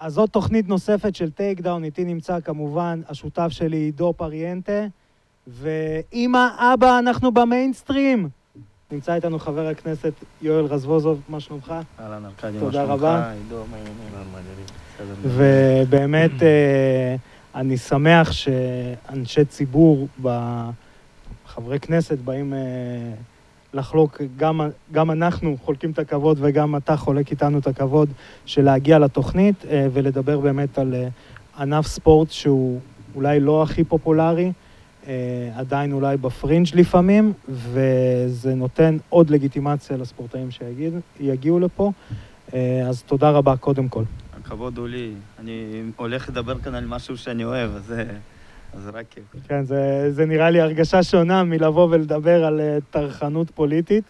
אז זאת תוכנית נוספת של טייק דאון, איתי נמצא כמובן השותף שלי עידו פריאנטה, ואמא, אבא, אנחנו במיינסטרים. נמצא איתנו חבר הכנסת יואל רזבוזוב, מה שלומך? אהלן, ארכדי, מה תודה שלומך? רבה. עידו, מה העניינים? ובאמת אני שמח שאנשי ציבור, חברי כנסת באים לחלוק, גם אנחנו חולקים את הכבוד וגם אתה חולק איתנו את הכבוד של להגיע לתוכנית ולדבר באמת על ענף ספורט שהוא אולי לא הכי פופולרי, עדיין אולי בפרינג' לפעמים, וזה נותן עוד לגיטימציה לספורטאים שיגיעו לפה. אז תודה רבה קודם כל. הכבוד הוא לי. אני הולך לדבר כאן על משהו שאני אוהב, אז זה רק כיף. כן, זה נראה לי הרגשה שונה מלבוא ולדבר על תרחנות פוליטית.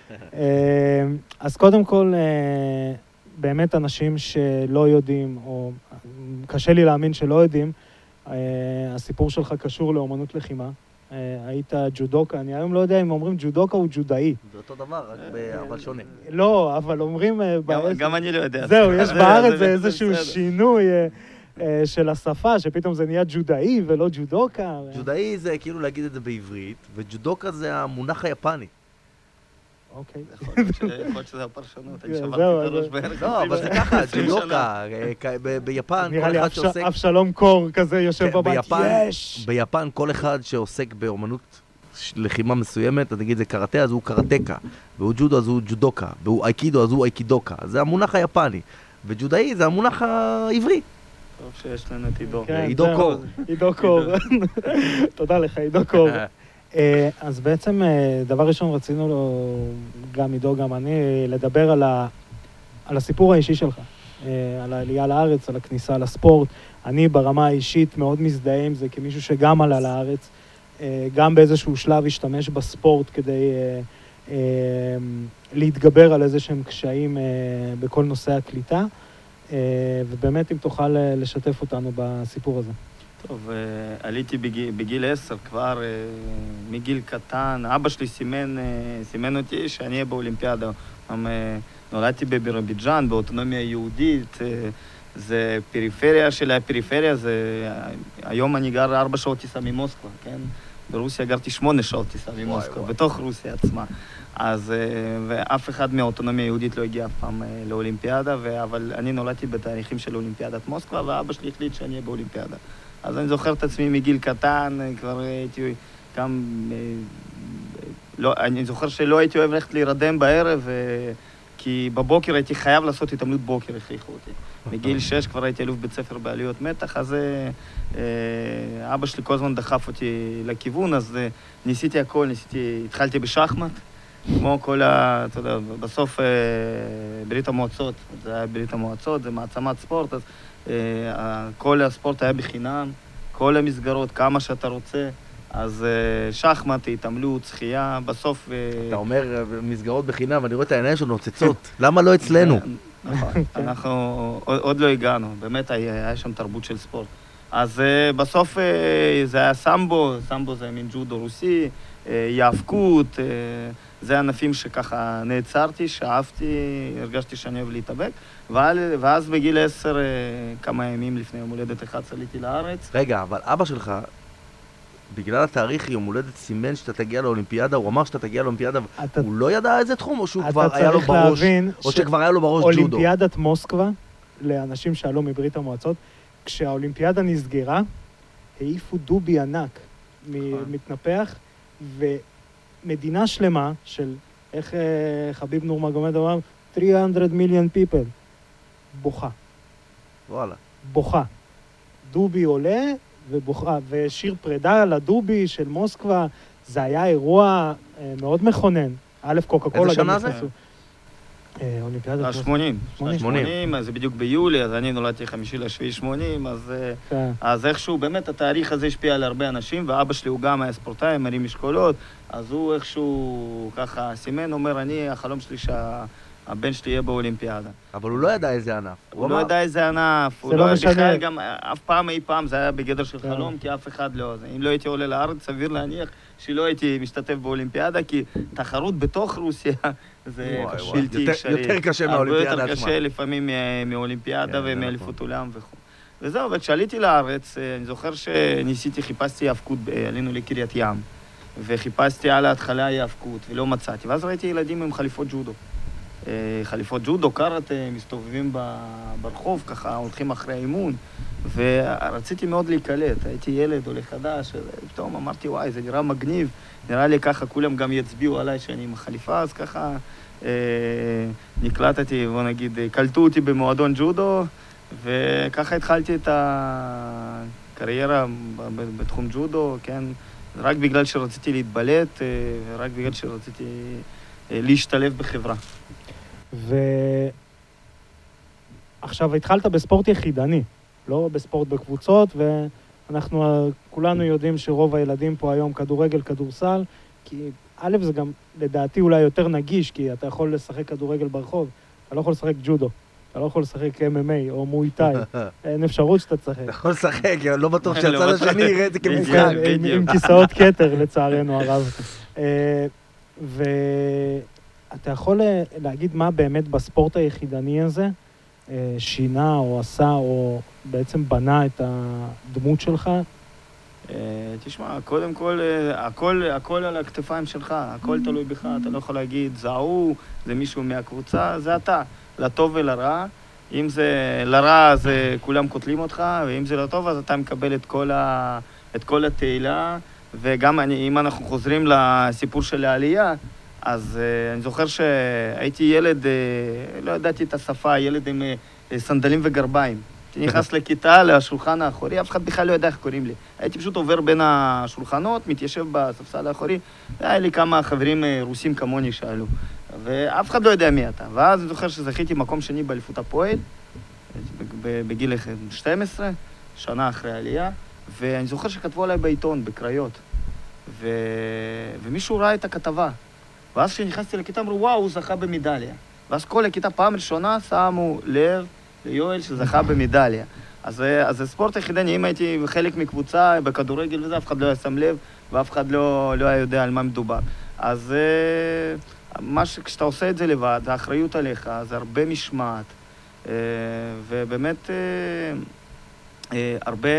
אז קודם כל, באמת אנשים שלא יודעים, או קשה לי להאמין שלא יודעים, הסיפור שלך קשור לאומנות לחימה. היית ג'ודוקה, אני היום לא יודע אם אומרים ג'ודוקה או ג'ודאי. זה אותו דבר, אבל שונה. לא, אבל אומרים... גם אני לא יודע. זהו, יש בארץ איזשהו שינוי של השפה, שפתאום זה נהיה ג'ודאי ולא ג'ודוקה. ג'ודאי זה כאילו להגיד את זה בעברית, וג'ודוקה זה המונח היפני. אוקיי. יכול להיות שזה הפרשנות, אני שברתי את הראש בערך. לא, אבל זה ככה, ג'ודוקה, ביפן, נראה כל לי אחד שעוסק... אבשלום קור כזה יושב בבית, יש! ביפן כל אחד שעוסק באומנות לחימה מסוימת, אז נגיד זה קראטה, אז הוא קראטקה, והוא ג'ודו, אז הוא ג'ודוקה, והוא אייקידו, אז הוא אייקידוקה. זה המונח היפני, וג'ודאי זה המונח העברי. טוב שיש לנו את עידו. עידו קור. עידו קור. תודה לך, עידו קור. אז בעצם דבר ראשון רצינו לו, גם עידו, גם אני, לדבר על הסיפור האישי שלך, על העלייה לארץ, על הכניסה לספורט. אני ברמה האישית מאוד מזדהה עם זה כמישהו שגם עלה לארץ, גם באיזשהו שלב השתמש בספורט כדי להתגבר על איזה שהם קשיים בכל נושא הקליטה, ובאמת אם תוכל לשתף אותנו בסיפור הזה. טוב, עליתי בגיל 10 כבר, מגיל קטן, אבא שלי סימן אותי שאני אהיה באולימפיאדה. נולדתי בבירוביג'אן, באוטונומיה יהודית, זה פריפריה של הפריפריה, היום אני גר 4 שעות טיסה ממוסקבה, כן? ברוסיה גרתי 8 שעות טיסה ממוסקבה, בתוך רוסיה עצמה. אז, ואף אחד מהאוטונומיה היהודית לא הגיע אף פעם לאולימפיאדה, אבל אני נולדתי בתאריכים של אולימפיאדת מוסקבה, ואבא שלי החליט שאני אהיה באולימפיאדה. אז אני זוכר את עצמי מגיל קטן, כבר הייתי גם... אני זוכר שלא הייתי אוהב ללכת להירדם בערב, כי בבוקר הייתי חייב לעשות התעמלות בוקר, הכריחו אותי. מגיל 6 כבר הייתי אלוף בית ספר בעליות מתח, אז אבא שלי כל הזמן דחף אותי לכיוון, אז ניסיתי הכל, התחלתי בשחמט, כמו כל אתה יודע, בסוף ברית המועצות, זה היה ברית המועצות, זה מעצמת ספורט, אז כל הספורט היה בחינם, כל המסגרות, כמה שאתה רוצה, אז שחמט, התעמלות, שחייה, בסוף... אתה אומר מסגרות בחינם, אני רואה את העיניים שלנו נוצצות, למה לא אצלנו? נכון, אנחנו עוד לא הגענו, באמת היה שם תרבות של ספורט. אז בסוף זה היה סמבו, סמבו זה מין ג'ודו רוסי, יאבקות, זה ענפים שככה נעצרתי, שאהבתי, הרגשתי שאני אוהב להתאבק, ואז בגיל 10, כמה ימים לפני יום הולדת 11 עליתי לארץ. רגע, אבל אבא שלך, בגלל התאריך יום הולדת סימן שאתה תגיע לאולימפיאדה, הוא אמר שאתה תגיע לאולימפיאדה, הוא לא ידע איזה תחום, או שהוא כבר היה לו בראש, או שכבר היה לו בראש ג'ודו? אולימפיאדת מוסקבה, לאנשים שעלו מברית המועצות, כשהאולימפיאדה נסגרה, העיפו דובי ענק מתנפח, ומדינה שלמה של, איך חביב נורמגומד אמר, 300 מיליון people, בוכה. וואלה. בוכה. דובי עולה ובוכה, ושיר פרידה לדובי של מוסקבה, זה היה אירוע מאוד מכונן. א', קוקה קולה גם נכנסו. אולימפיאדה. 80. 80, זה בדיוק ביולי, אז אני נולדתי 5/7/80, אז איכשהו, באמת התאריך הזה השפיע על הרבה אנשים, ואבא שלי הוא גם היה ספורטאי, מרים משקולות, אז הוא איכשהו ככה סימן, אומר, החלום שלי הבן שלי יהיה באולימפיאדה. אבל הוא לא ידע איזה ענף. הוא לא ידע איזה ענף, הוא לא לא משנה. בכלל גם אף פעם אי פעם זה היה בגדר של חלום, כי אף אחד לא. אם לא הייתי עולה לארץ, סביר להניח שלא הייתי משתתף באולימפיאדה, כי תחרות בתוך רוסיה זה בלתי אפשרי. יותר קשה מהאולימפיאדה הרבה יותר עצמה. קשה לפעמים מאולימפיאדה ומאליפות עולם וכו'. וזהו, וכשעליתי לארץ, אני זוכר שניסיתי, חיפשתי האבקות, עלינו לקריית ים, וחיפשתי על ההתחלה האבקות, ולא מצאתי. ואז ראיתי ילדים עם חליפות ג'ודו. חליפות ג'ודו, קארטה, מסתובבים ברחוב, ככה הולכים אחרי האימון, ורציתי מאוד להיקלט. הייתי ילד עולה חדש, ופתאום אמרתי, וואי, זה נראה מגניב, נראה לי ככה, כולם גם יצביעו עליי שאני עם החליפה, אז ככה נקלטתי, בוא נגיד, קלטו אותי במועדון ג'ודו, וככה התחלתי את הקריירה בתחום ג'ודו, כן, רק בגלל שרציתי להתבלט, ורק בגלל שרציתי להשתלב בחברה. ועכשיו התחלת בספורט יחידני, לא בספורט בקבוצות, ואנחנו כולנו יודעים שרוב הילדים פה היום כדורגל, כדורסל, כי א' זה גם לדעתי אולי יותר נגיש, כי אתה יכול לשחק כדורגל ברחוב, אתה לא יכול לשחק ג'ודו, אתה לא יכול לשחק MMA או מואי-טאי, אין אפשרות שאתה תשחק. אתה יכול לשחק, אבל לא בטוח שהצד השני יראה את זה כמשחק. עם כיסאות כתר, לצערנו הרב. אתה יכול להגיד מה באמת בספורט היחידני הזה שינה או עשה או בעצם בנה את הדמות שלך? תשמע, קודם כל, הכל על הכתפיים שלך, הכל תלוי בך, אתה לא יכול להגיד, זה ההוא, זה מישהו מהקבוצה, זה אתה, לטוב ולרע. אם זה לרע, אז כולם קוטלים אותך, ואם זה לטוב, אז אתה מקבל את כל התהילה. וגם אם אנחנו חוזרים לסיפור של העלייה, אז אני זוכר שהייתי ילד, לא ידעתי את השפה, ילד עם סנדלים וגרביים. הייתי נכנס לכיתה, לשולחן האחורי, אף אחד בכלל לא ידע איך קוראים לי. הייתי פשוט עובר בין השולחנות, מתיישב בספסל האחורי, והיה לי כמה חברים רוסים כמוני שאלו. ואף אחד לא יודע מי אתה. ואז אני זוכר שזכיתי מקום שני באליפות הפועל, בגיל 12, שנה אחרי העלייה, ואני זוכר שכתבו עליי בעיתון, בקריות, ומישהו ראה את הכתבה. ואז כשנכנסתי לכיתה אמרו, וואו, הוא זכה במדליה. ואז כל הכיתה פעם ראשונה שמו לב ליואל שזכה במדליה. אז זה ספורט יחידני, אם הייתי חלק מקבוצה בכדורגל וזה, אף אחד לא היה שם לב, ואף אחד לא היה יודע על מה מדובר. אז כשאתה עושה את זה לבד, האחריות עליך, זה הרבה משמעת, ובאמת הרבה,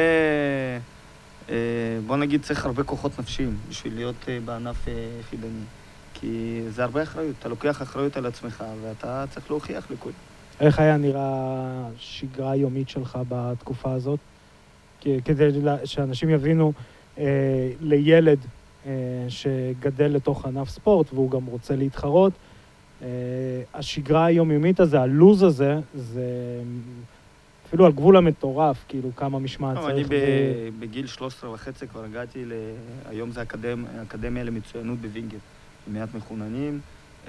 בוא נגיד, צריך הרבה כוחות נפשיים בשביל להיות בענף יחידני. כי זה הרבה אחריות, אתה לוקח אחריות על עצמך, ואתה צריך להוכיח לכול. איך היה נראה שגרה יומית שלך בתקופה הזאת? כדי שאנשים יבינו, לילד שגדל לתוך ענף ספורט, והוא גם רוצה להתחרות, השגרה היומיומית הזה, הלוז הזה, זה אפילו על גבול המטורף, כאילו כמה משמעת צריך. אני בגיל 13 וחצי כבר הגעתי, היום זה אקדמיה למצוינות בווינגר. מעט מחוננים,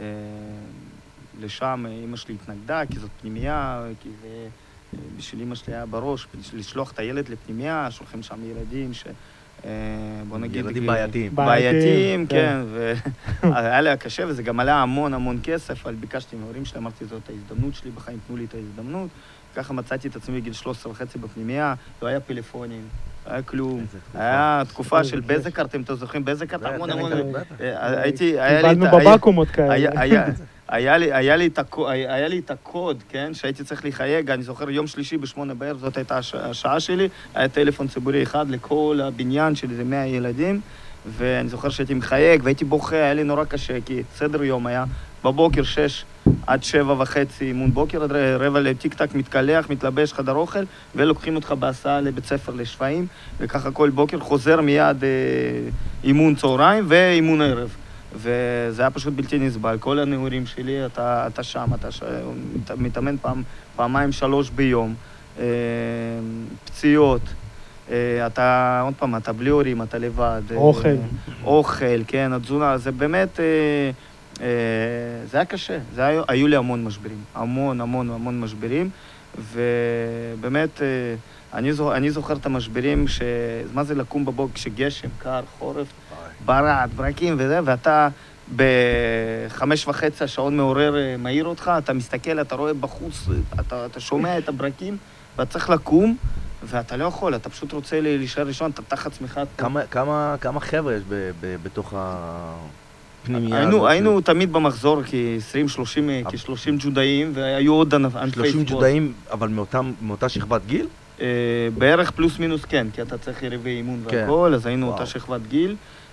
לשם אמא שלי התנגדה, כי זאת פנימייה, כי זה בשביל אמא שלי היה בראש, בשביל לשלוח את הילד לפנימייה, שולחים שם ילדים בוא נגיד... ילדים בעייתיים. בעייתיים, כן, והיה לי קשה, וזה גם עלה המון כסף, אבל ביקשתי מההורים שלי, אמרתי, זאת ההזדמנות שלי בחיים, תנו לי את ההזדמנות. ככה מצאתי את עצמי בגיל 13 וחצי בפנימייה, לא היה פלאפונים. היה כלום, היה תקופה של בזקארט, אם אתם זוכרים, בזקארט המון, קיבלנו בבקומות כאלה. היה לי את הקוד, כן, שהייתי צריך לחייג, אני זוכר יום שלישי ב8 בערב, זאת הייתה השעה שלי, היה טלפון ציבורי אחד לכל הבניין של איזה 100 ילדים, ואני זוכר שהייתי מחייג והייתי בוכה, היה לי נורא קשה, כי סדר יום היה בבוקר 6 עד 7:30 אימון בוקר, עד רבע לטיק-טק, מתקלח, מתלבש, חדר אוכל, ולוקחים אותך בהסעה לבית ספר לשפיים, וככה כל בוקר חוזר מיד אימון צהריים ואימון ערב. וזה היה פשוט בלתי נסבל. כל הנעורים שלי, אתה שם, אתה מתאמן פעמיים 3 ביום, פציעות, אתה, עוד פעם, אתה בלי הורים, אתה לבד. אוכל, כן, התזונה, זה באמת... זה היה קשה, היו לי המון משברים, המון משברים, ובאמת, אני זוכר את המשברים, מה זה לקום בבוקר כשגשם, קר, חורף, ברד, ברקים וזה, ואתה ב5:30 השעון מעורר מהיר אותך, אתה מסתכל, אתה רואה בחוץ, אתה שומע את הברקים, ואתה צריך לקום, ואתה לא יכול, אתה פשוט רוצה להישאר ראשון, אתה תחת צמיחת... כמה חבר'ה יש בתוך הפנימייה הזאת? היינו תמיד במחזור כ-30 ג'ודאים, והיו עוד ענפי ספורט. 30 ג'ודאים, אבל מאותה שכבת גיל? בערך פלוס מינוס כן, כי אתה צריך יריבי אימון והכל, אז היינו אותה שכבת גיל,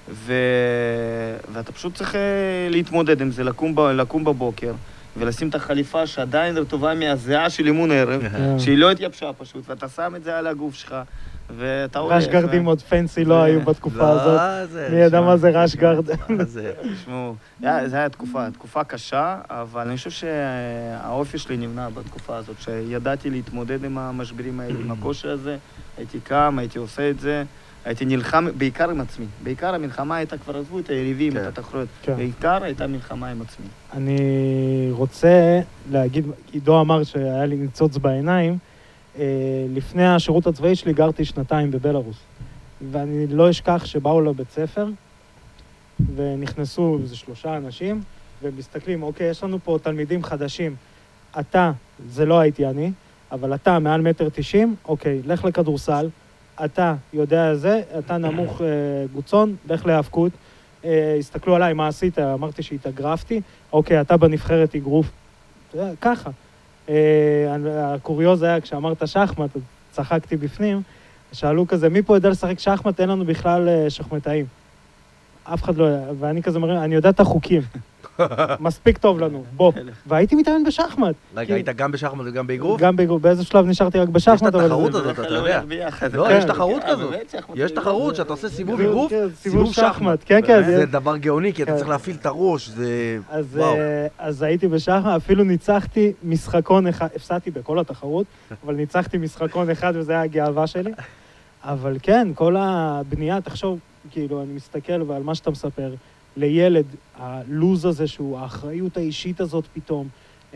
ואתה פשוט צריך להתמודד עם זה, לקום בבוקר, ולשים את החליפה שעדיין רטובה מהזיעה של אימון ערב, שהיא לא התייבשה פשוט, ואתה שם את זה על הגוף שלך, ואתה הולך... רש גרדים עוד פנסי לא היו בתקופה הזאת. מי ידע מה זה רש גרד? תשמעו, זו הייתה תקופה קשה, אבל אני חושב שהאופי שלי נבנה בתקופה הזאת, שידעתי להתמודד עם המשברים האלה, עם הקושי הזה, הייתי קם, הייתי עושה את זה, הייתי נלחם בעיקר עם עצמי. בעיקר המלחמה הייתה, כבר עזבו את היריבים, את התחרויות. בעיקר הייתה מלחמה עם עצמי. אני רוצה להגיד, עידו אמר שהיה לי ניצוץ בעיניים, לפני השירות הצבאי שלי גרתי 2 בבלרוס, ואני לא אשכח שבאו לבית ספר, ונכנסו איזה 3 אנשים, ומסתכלים, אוקיי, יש לנו פה תלמידים חדשים, אתה, זה לא הייתי אני, אבל אתה מעל 1.90 מטר, אוקיי, לך לכדורסל, אתה יודע זה, אתה נמוך גוצון, לך להאבקות, הסתכלו עליי, מה עשית? אמרתי שהתאגרפתי, אוקיי, אתה בנבחרת אגרוף, ככה. הקוריוז היה, כשאמרת שחמט, צחקתי בפנים, שאלו כזה, מי פה יודע לשחק שחמט? אין לנו בכלל שחמטאים. אף אחד לא יודע, ואני כזה מראה, אני יודע את החוקים. מספיק טוב לנו, בוא. והייתי מתאמן בשחמט. רגע, היית גם בשחמט וגם באגרוף? גם באגרוף, באיזה שלב נשארתי רק בשחמט. יש את התחרות הזאת, אתה יודע. לא, יש תחרות כזאת. יש תחרות שאתה עושה סיבוב אגרוף, סיבוב שחמט. כן, כן. זה דבר גאוני, כי אתה צריך להפעיל את הראש, זה... וואו. אז הייתי בשחמט, אפילו ניצחתי משחקון אחד, הפסדתי בכל התחרות, אבל ניצחתי משחקון אחד וזה היה הגאווה שלי. אבל כן, כל הבנייה, תחשוב, כאילו, אני מסתכל ועל מה שאתה מספר, לילד, הלוז הזה שהוא, האחריות האישית הזאת פתאום,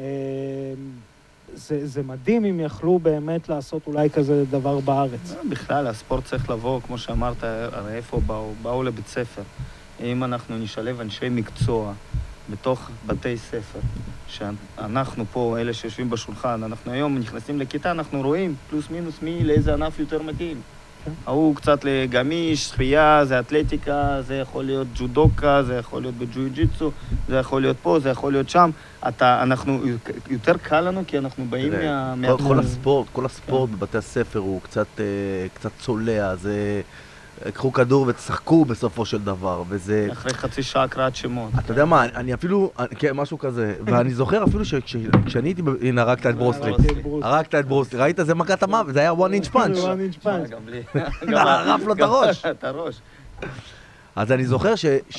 זה מדהים אם יכלו באמת לעשות אולי כזה דבר בארץ. בכלל, הספורט צריך לבוא, כמו שאמרת, הרי איפה באו לבית ספר. אם אנחנו נשלב אנשי מקצוע בתוך בתי ספר, שאנחנו פה, אלה שיושבים בשולחן, אנחנו היום נכנסים לכיתה, אנחנו רואים פלוס מינוס מי לאיזה ענף יותר מתאים. הוא קצת לגמיש, שחייה, זה אתלטיקה, זה יכול להיות ג'ודוקה, זה יכול להיות בג'ו-ג'יצו, זה יכול להיות פה, זה יכול להיות שם. יותר קל לנו כי אנחנו באים מהתחום. כל הספורט בבתי הספר הוא קצת צולע, זה... קחו כדור ותשחקו בסופו של דבר, וזה... אחרי חצי שעה קראת שמות. אתה יודע מה, אני אפילו... כן, משהו כזה. ואני זוכר אפילו שכשאני הייתי... הנה, הרגת את ברוסלי. הרגת את ברוסלי. ראית? זה מכת המוות, זה היה one inch punch. גם בלי. ערף לו את הראש. את הראש. אז אני זוכר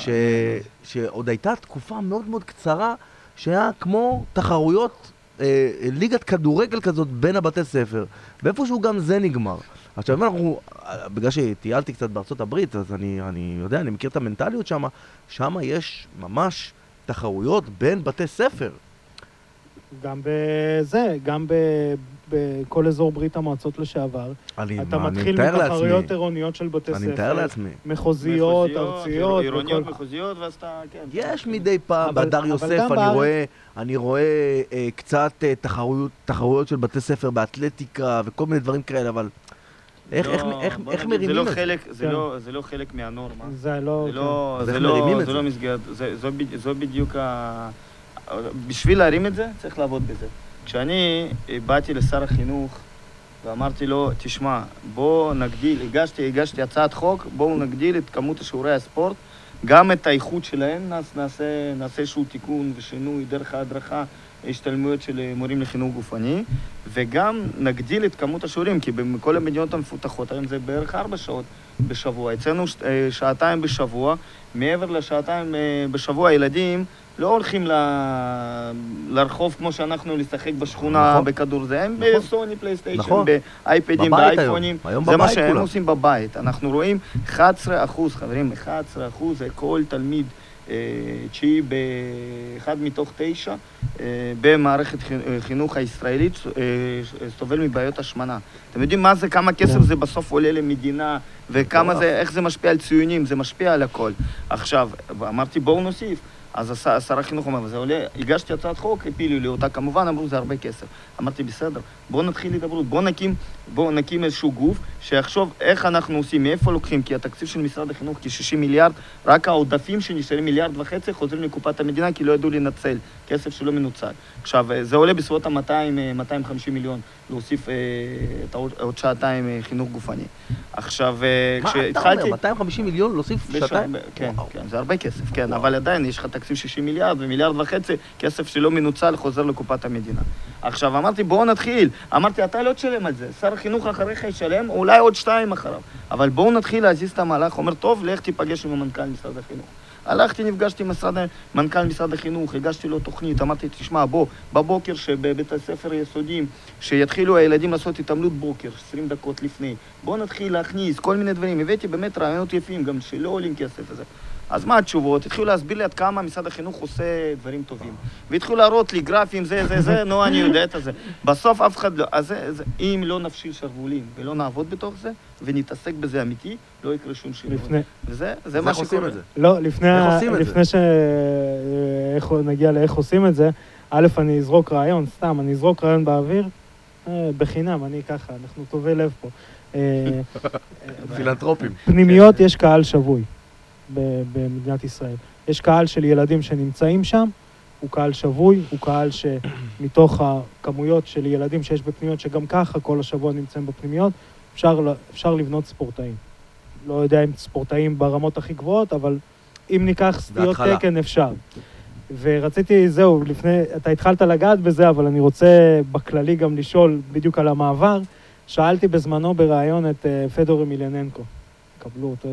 שעוד הייתה תקופה מאוד מאוד קצרה, שהיה כמו תחרויות, ליגת כדורגל כזאת בין הבתי ספר. ואיפשהו גם זה נגמר. עכשיו, בגלל שטיילתי קצת בארצות הברית, אז אני יודע, אני מכיר את המנטליות שם, שם יש ממש תחרויות בין בתי ספר. גם גם בכל אזור ברית המועצות לשעבר. אתה מתחיל מתחרויות עירוניות של בתי ספר. אני מתאר לעצמי. מחוזיות, ארציות. עירוניות, מחוזיות, ואז אתה, כן. יש מדי פעם, באדר יוסף אני רואה קצת תחרויות של בתי ספר באתלטיקה וכל מיני דברים כאלה, אבל... איך מרימים את זה? זה לא חלק מהנורמה. זה לא מסגרת. זו בדיוק בשביל להרים את זה, צריך לעבוד בזה. כשאני באתי לשר החינוך ואמרתי לו, תשמע, בוא נגדיל, הגשתי הצעת חוק, בואו נגדיל את כמות השיעורי הספורט, גם את האיכות שלהם, נעשה איזשהו תיקון ושינוי דרך ההדרכה, השתלמויות של מורים לחינוך גופני, וגם נגדיל את כמות השיעורים, כי בכל המדינות המפותחות היום זה בערך 4 שעות בשבוע. אצלנו 2 שעתיים בשבוע, מעבר לשעתיים בשבוע הילדים לא הולכים לרחוב כמו שאנחנו לשחק בשכונה בכדור זה, הם בסוני, פלייסטיישן, באייפדים, באייפונים, זה מה שהם עושים בבית. אנחנו רואים 11%, חברים, 11%, כל תלמיד 9 ב1 מתוך 9 במערכת חינוך הישראלית סובל מבעיות השמנה. אתם יודעים מה זה, כמה כסף זה בסוף עולה למדינה, וכמה זה, איך זה משפיע על ציונים, זה משפיע על הכל. עכשיו, אמרתי בואו נוסיף, אז שר החינוך אומר, זה עולה, הגשתי הצעת חוק, הפילו לי אותה, כמובן אמרו, זה הרבה כסף. אמרתי, בסדר, בואו נתחיל לדברות, בואו נקים איזשהו גוף שיחשוב איך אנחנו עושים, מאיפה לוקחים, כי התקציב של משרד החינוך כ-60 מיליארד, רק העודפים שנשארים 1.5 מיליארד חוזרים לקופת המדינה, כי לא ידעו לנצל, כסף שלא מנוצל. עכשיו, זה עולה בסביבות ה-250 מיליון, להוסיף את עוד שעתיים חינוך גופני. עכשיו, כשהתחלתי... מה אתה אומר? 250 מיליון להוסיף שעתיים? כן, כן, זה הרבה כסף, כן, אבל עדיין יש לך תקציב 60 מיליארד ו1.5 מיליארד, כסף שלא מנוצל חוזר לקופת המדינה. עכשיו, אמרתי, בואו נתחיל. אמרתי, אתה לא תשלם על זה. שר החינוך אחריך ישלם, אולי עוד 2 אחריו. אבל בואו נתחיל להזיז את המהלך. אומר, טוב, לך תיפגש עם המנכ"ל משרד החינוך. הלכתי, נפגשתי עם מנכ"ל משרד החינוך, הגשתי לו תוכנית, אמרתי, תשמע, בוא, בבוקר שבבית הספר יסודיים, שיתחילו הילדים לעשות התעמלות בוקר, 20 דקות לפני. בוא נתחיל להכניס כל מיני דברים. הבאתי באמת רעיונות יפים, גם שלא עולים כסף הזה. אז מה התשובות? התחילו להסביר לי עד כמה משרד החינוך עושה דברים טובים. והתחילו להראות לי גרפים, זה, נו, אני יודע את זה. בסוף אף אחד לא. אז אם לא נפשיל שרוולים ולא נעבוד בתוך זה, ונתעסק בזה אמיתי, לא יקרה שום שינוי. זה מה שקורה. לא, לפני שנגיע לאיך עושים את זה, א', אני אזרוק רעיון, סתם, אני אזרוק רעיון באוויר, בחינם, אני ככה, אנחנו טובי לב פה. פילנטרופים. פנימיות יש קהל שבוי. במדינת ישראל. יש קהל של ילדים שנמצאים שם, הוא קהל שבוי, הוא קהל שמתוך הכמויות של ילדים שיש בפנימיות, שגם ככה כל השבוע נמצאים בפנימיות, אפשר לבנות ספורטאים. לא יודע אם ספורטאים ברמות הכי גבוהות, אבל אם ניקח סטיות תקן אפשר. ורציתי, זהו, אתה התחלת לגעת בזה, אבל אני רוצה בכללי גם לשאול בדיוק על המעבר. שאלתי בזמנו ברעיון את פדור אמילננקו. קבלו אותו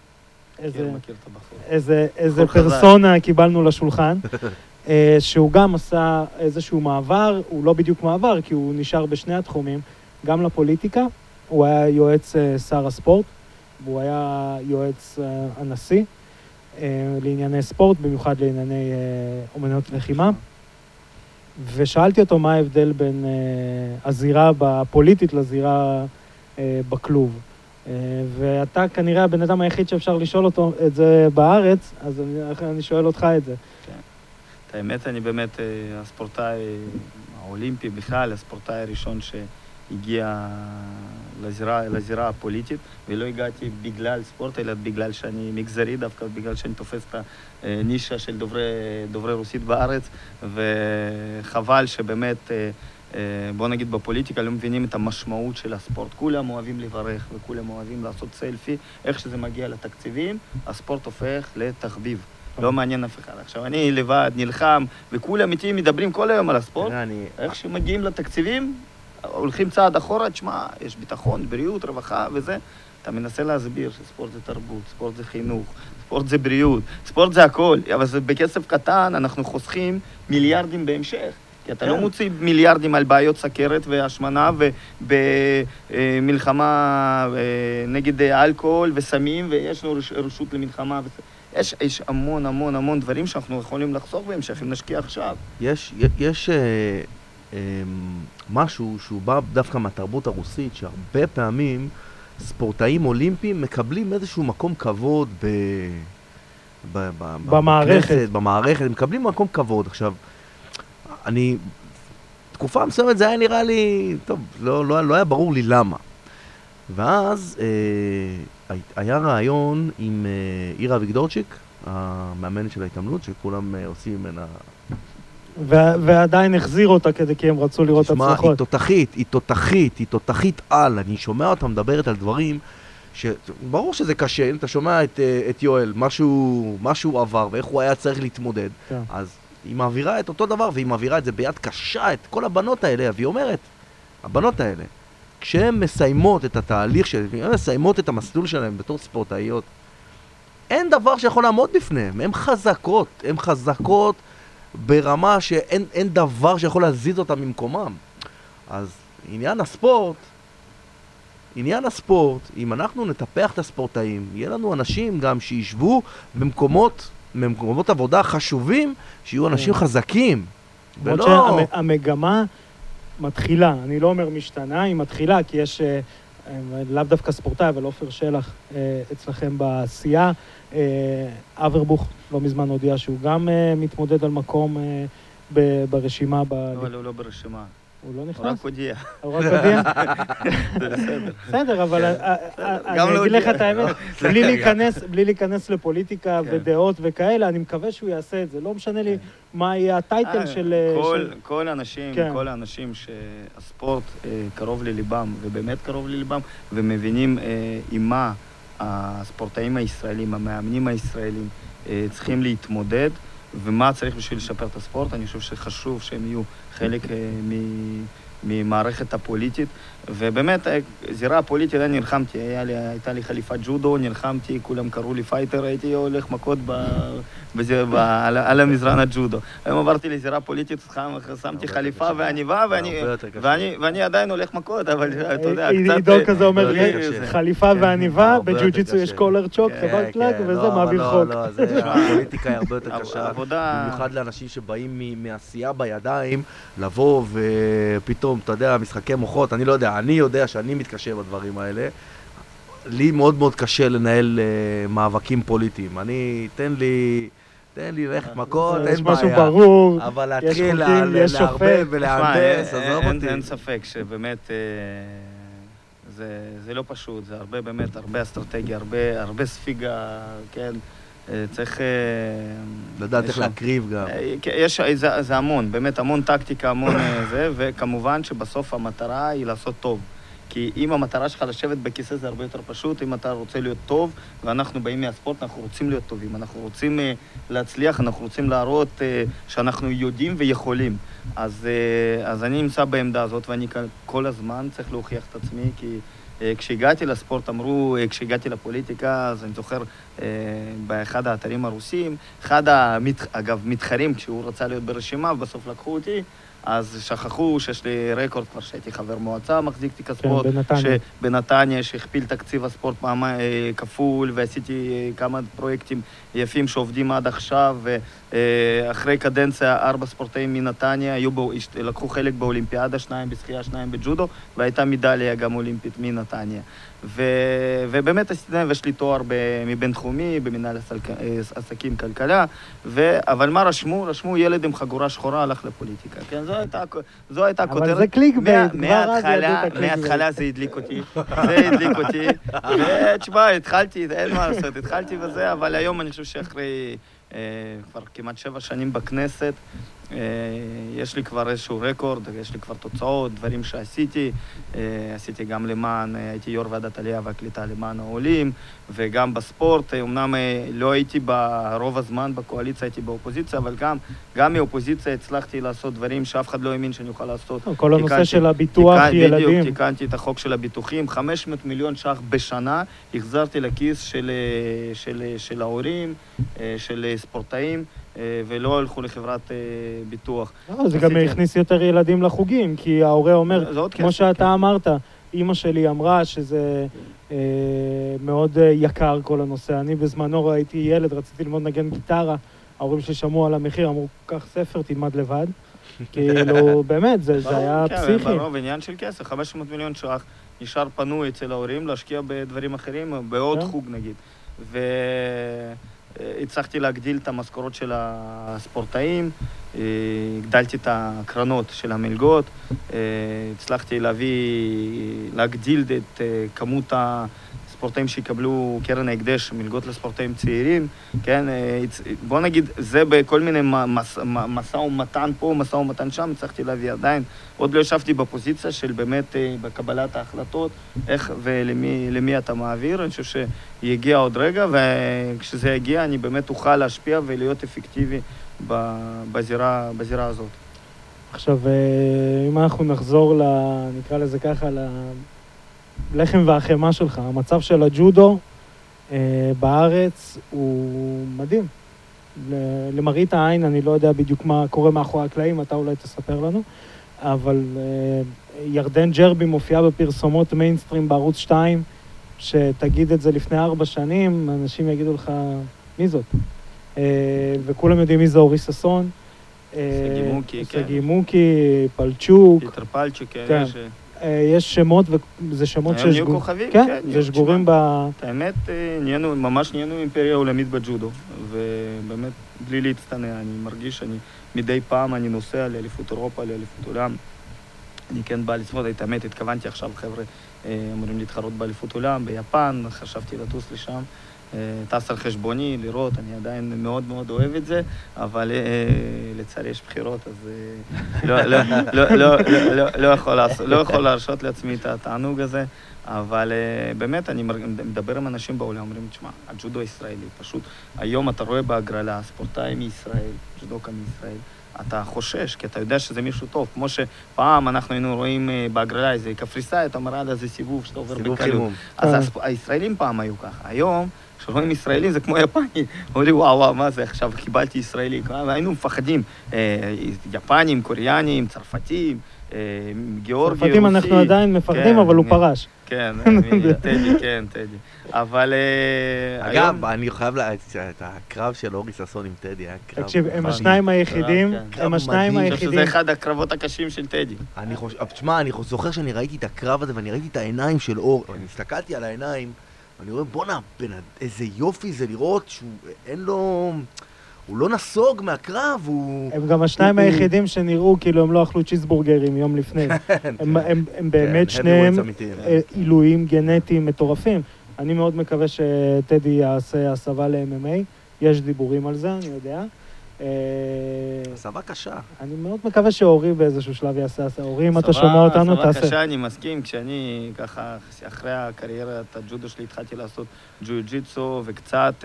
איזה פרסונה קיבלנו לשולחן, שהוא גם עשה איזשהו מעבר, הוא לא בדיוק מעבר, כי הוא נשאר בשני התחומים, גם לפוליטיקה, הוא היה יועץ שר הספורט, והוא היה יועץ הנשיא לענייני ספורט, במיוחד לענייני אומנות לחימה, ושאלתי אותו מה ההבדל בין הזירה הפוליטית לזירה בכלוב. ואתה כנראה הבן אדם היחיד שאפשר לשאול אותו את זה בארץ, אז אני שואל אותך את זה. כן. האמת, אני באמת הספורטאי האולימפי בכלל, הספורטאי הראשון שהגיע לזירה הפוליטית, ולא הגעתי בגלל ספורט, אלא בגלל שאני מגזרי, דווקא בגלל שאני תופס את הנישה של דוברי רוסית בארץ, וחבל שבאמת... בוא נגיד בפוליטיקה לא מבינים את המשמעות של הספורט. כולם אוהבים לברך וכולם אוהבים לעשות סלפי. איך שזה מגיע לתקציבים, הספורט הופך לתחביב. לא מעניין אף אחד. עכשיו אני לבד נלחם וכולם איתי מדברים כל היום על הספורט. איך שמגיעים לתקציבים, הולכים צעד אחורה, תשמע, יש ביטחון, בריאות, רווחה וזה. אתה מנסה להסביר שספורט זה תרבות, ספורט זה חינוך, ספורט זה בריאות, ספורט זה הכל. אבל בכסף קטן אנחנו חוסכים מיליארדים בהמשך. כי אתה לא מוציא מיליארדים על בעיות סכרת והשמנה ובמלחמה נגד אלכוהול וסמים, ויש לנו רשות למלחמה. יש המון המון המון דברים שאנחנו יכולים לחסוך בהמשך אם נשקיע עכשיו. יש משהו שהוא בא דווקא מהתרבות הרוסית, שהרבה פעמים ספורטאים אולימפיים מקבלים איזשהו מקום כבוד במערכת, הם מקבלים מקום כבוד. עכשיו, תקופה מסוימת זה היה נראה לי, טוב, לא היה ברור לי למה. ואז היה רעיון עם אירה אביגדורצ'יק, המאמנת של ההתעמלות, שכולם עושים ממנה... ועדיין החזיר אותה כי הם רצו לראות הצלחות. היא תותחית על. אני שומע אותה מדברת על דברים שברור שזה קשה, אתה שומע את יואל, משהו עבר ואיך הוא היה צריך להתמודד. אז היא מעבירה את אותו דבר, והיא מעבירה את זה ביד קשה, את כל הבנות האלה, והיא אומרת, הבנות האלה, כשהן מסיימות את התהליך שלהן, כשהן מסיימות את המסלול שלהן בתור ספורטאיות, אין דבר שיכול לעמוד בפניהן, הן חזקות ברמה שאין דבר שיכול להזיז אותם ממקומם. אז עניין הספורט, אם אנחנו נטפח את הספורטאים, יהיה לנו אנשים גם שישבו במקומות עבודה חשובים, שיהיו אנשים חזקים. ולא... המגמה מתחילה, אני לא אומר משתנה, היא מתחילה, כי יש לאו דווקא ספורטאי, אבל עופר שלח אצלכם בעשייה. אברבוך לא מזמן הודיע שהוא גם מתמודד על מקום ברשימה. אבל הוא לא ברשימה. הוא לא נכנס? הוא רק הודיע. הוא רק הודיע? זה בסדר. בסדר, אבל אני אגיד לך את האמת, בלי להיכנס לפוליטיקה ודעות וכאלה, אני מקווה שהוא יעשה את זה. לא משנה לי מה יהיה הטייטל של... כל האנשים שהספורט קרוב לליבם, ובאמת קרוב לליבם, ומבינים עם מה הספורטאים הישראלים, המאמנים הישראלים, צריכים להתמודד, ומה צריך בשביל לשפר את הספורט. אני חושב שחשוב שהם יהיו חלק ממערכת הפוליטית, ובאמת, זירה הפוליטית, אני נלחמתי, הייתה לי חליפת ג'ודו, נלחמתי, כולם קראו לי פייטר, הייתי הולך מכות על המזרן הג'ודו. היום עברתי לזירה פוליטית, שמתי חליפה ועניבה, ואני עדיין הולך מכות, אבל אתה יודע, קצת... עידו כזה אומר, חליפה ועניבה, בג'ו-ג'יצו יש קולר צ'וק, חברת קלאג, וזה מעביר חוק. לא, הפוליטיקה היא הרבה יותר קשה, במיוחד לאנשים שבאים מעשייה בידיים, לבוא ופתאום, אתה יודע, משחקי מוחות, אני לא יודע, אני יודע שאני מתקשה בדברים האלה. לי מאוד מאוד קשה לנהל מאבקים פוליטיים. תן לי ללכת מכות, אין בעיה. יש משהו ברור, אבל להתחיל להרבב ולהנדס, עזוב אותי. אין ספק שבאמת זה לא פשוט, זה הרבה באמת, הרבה אסטרטגיה, הרבה ספיגה, כן. צריך... לדעת איך להקריב גם. זה המון, באמת המון טקטיקה, המון זה, וכמובן שבסוף המטרה היא לעשות טוב. כי אם המטרה שלך לשבת בכיסא זה הרבה יותר פשוט, אם אתה רוצה להיות טוב, ואנחנו באים מהספורט, אנחנו רוצים להיות טובים, אנחנו רוצים להצליח, אנחנו רוצים להראות שאנחנו יודעים ויכולים. אז אני נמצא בעמדה הזאת, ואני כל הזמן צריך להוכיח את עצמי, כי כשהגעתי לספורט, כשהגעתי לפוליטיקה, אז אני זוכר באחד האתרים הרוסיים, אגב, מתחרים, כשהוא רצה להיות ברשימה, ובסוף לקחו אותי, אז שכחו שיש לי רקורד כבר שהייתי חבר מועצה, מחזיק תיק הספורט, בנתניה, שהכפיל תקציב הספורט כפול, ועשיתי כמה פרויקטים יפים שעובדים עד עכשיו, ואחרי קדנציה 4 ספורטאים מנתניה, לקחו חלק באולימפיאדה, 2 בשחייה, 2 בג'ודו, והייתה מדליה גם אולימפית מנתניה. ובאמת עשיתי להם, ויש לי תואר מבינתחומי, במנהל עסקים כלכלה, אבל מה רשמו? רשמו ילד עם חגורה שחורה הלך לפוליטיקה, כן? זו הייתה כותרת. אבל זה קליק בייט, כבר אז ידעו את הקליק בייט. מההתחלה זה הדליק אותי, ותשמע, אין מה לעשות, התחלתי בזה, אבל היום אני חושב שאחרי כבר כמעט 7 שנים בכנסת, יש לי כבר איזשהו רקורד, יש לי כבר תוצאות, דברים שעשיתי. עשיתי גם הייתי יו"ר ועדת עלייה והקליטה למען העולים, וגם בספורט. אמנם לא הייתי ברוב הזמן בקואליציה, הייתי באופוזיציה, אבל גם מאופוזיציה הצלחתי לעשות דברים שאף אחד לא האמין שאני אוכל לעשות. כל הנושא של הביטוח ילדים. בדיוק, תיקנתי את החוק של הביטוחים, 500 מיליון ש"ח בשנה, החזרתי לכיס של ההורים, של ספורטאים, ולא הלכו לחברת ביטוח. זה גם הכניס יותר ילדים לחוגים, כי ההורה אומר, כמו שאתה אמרת, אמא שלי אמרה שזה מאוד יקר כל הנושא. אני בזמנו ראיתי ילד, רציתי ללמוד נגן גיטרה, ההורים שלי שמעו על המחיר, אמרו, קח ספר, תלמד לבד. כאילו, באמת, זה היה פסיכי. ברור, בעניין של כסף, 500 מיליון ש"ח נשאר פנוי אצל ההורים להשקיע בדברים אחרים, בעוד חוג נגיד. הצלחתי להגדיל את המשכורות של הספורטאים, הגדלתי את הקרנות של המלגות, הצלחתי להגדיל את כמות הספורטאים שיקבלו קרן ההקדש, מלגות לספורטאים צעירים, כן? בוא נגיד, זה בכל מיני משא ומתן פה, משא ומתן שם, הצלחתי להביא עדיין. עוד לא ישבתי בפוזיציה של באמת בקבלת ההחלטות, איך ולמי אתה מעביר. אני חושב שיגיע עוד רגע, וכשזה יגיע אני באמת אוכל להשפיע ולהיות אפקטיבי בזירה הזאת. עכשיו, אם אנחנו נחזור, נקרא לזה ככה, ללחם והחמה שלך, המצב של הג'ודו בארץ הוא מדהים. למראית העין, אני לא יודע בדיוק מה קורה מאחורי הקלעים, אתה אולי תספר לנו, אבל ירדן ג'רבי מופיעה בפרסומות מיינסטרים בערוץ 2, שתגיד את זה לפני 4 שנים, אנשים יגידו לך, מי זאת? וכולם יודעים מי זה אורי ששון. סגי מוקי, כן. סגי מוקי, פלצ'וק. פיטר פלצ'וק, כן. יש שמות, וזה שמות היום נהיו ששגורים. כוכבים, כן, כן, זה שגורים האמת, ממש נהיינו אימפריה עולמית בג'ודו, ובאמת, בלי להצטנע, אני מרגיש מדי פעם אני נוסע לאליפות אירופה, לאליפות עולם. אני כן בא לצפות, האמת, התכוונתי עכשיו, חבר'ה, אמורים להתחרות באליפות עולם, ביפן, חשבתי לטוס לשם. טס על חשבוני, לראות, אני עדיין מאוד מאוד אוהב את זה, אבל לצערי יש בחירות, אז לא יכול להרשות לעצמי את התענוג הזה, אבל באמת אני מדבר עם אנשים בעולם, אומרים, תשמע, הג'ודו הישראלי, פשוט היום אתה רואה בהגרלה, ספורטאי מישראל, ג'ודוקה מישראל, אתה חושש, כי אתה יודע שזה מישהו טוב, כמו שפעם אנחנו היינו רואים בהגרלה איזה קפריסאי, אתה אומר, זה סיבוב שאתה עובר בקלות. אז הישראלים פעם היו ככה, היום כשרואים ישראלים זה כמו יפני, אומרים וואו, מה זה עכשיו, קיבלתי ישראלי, היינו מפחדים, יפנים, קוריאנים, צרפתים, גיאורגי, רוסי. צרפתים אנחנו עדיין מפחדים, אבל הוא פרש. כן, טדי, אבל אגב, אני חייב להגיד את הקרב של אורי ששון עם טדי, היה קרב... תקשיב, הם השניים היחידים, אני חושב שזה אחד הקרבות הקשים של טדי. תשמע, אני זוכר שאני ראיתי את הקרב הזה, ואני ראיתי את העיניים של אור, אני הסתכלתי על העיניים, ואני רואה, בונה, איזה יופי זה לראות שהוא אין לו... הוא לא נסוג מהקרב, הוא... הם גם השניים היחידים שנראו כאילו הם לא אכלו צ'יזבורגרים יום לפני. הם באמת שניהם עילויים גנטיים מטורפים. אני מאוד מקווה שטדי יעשה הסבה ל-MMA. יש דיבורים על זה, אני יודע. הסבה קשה. אני מאוד מקווה שאורי באיזשהו שלב יעשה הסבה. אורי, אם אתה שומע אותנו, תעשה. הסבה קשה, אני מסכים. כשאני ככה, אחרי הקריירת הג'ודו שלי, התחלתי לעשות ג'ו-ג'יטסו וקצת...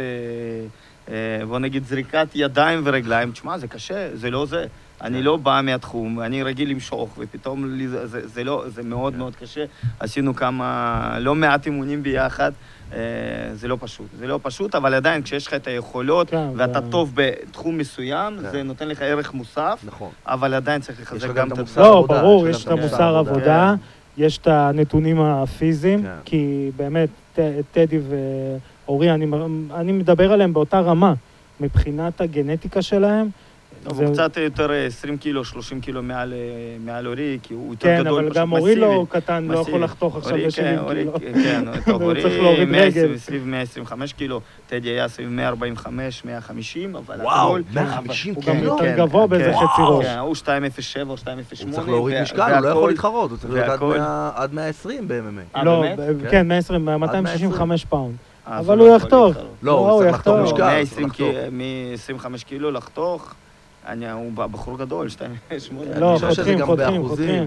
בוא נגיד זריקת ידיים ורגליים, תשמע, זה קשה, זה לא זה. אני לא בא מהתחום, אני רגיל למשוך, ופתאום זה מאוד מאוד קשה. עשינו לא מעט אימונים ביחד, זה לא פשוט. זה לא פשוט, אבל עדיין כשיש לך את היכולות, ואתה טוב בתחום מסוים, זה נותן לך ערך מוסף, אבל עדיין צריך לחזק גם את המוסר עבודה. לא, ברור, יש את המוסר עבודה, יש את הנתונים הפיזיים, כי באמת, טדי אורי, אני מדבר עליהם באותה רמה, מבחינת הגנטיקה שלהם. הוא קצת יותר 20 קילו, 30 קילו מעל אורי, כי הוא יותר גדול, פשוט מסיבי. כן, אבל גם אורי לא קטן, לא יכול לחתוך עכשיו ב-70 קילו. כן, אורי סביב 125 קילו, טדי היה סביב 145, 150, אבל... וואו, 150 קילו? הוא גם יותר גבוה באיזה חצי ראש. הוא 2.07 או 2.08. הוא צריך להוריד משקל, הוא לא יכול להתחרות, הוא צריך להיות עד 120 ב-MMA. לא, כן, 120, 265 פאונד. אבל הוא יחתוך. לא, הוא צריך לחתוך משקל. מ-25 קילו לחתוך, הוא בחור גדול, 2.8. לא, חותכים.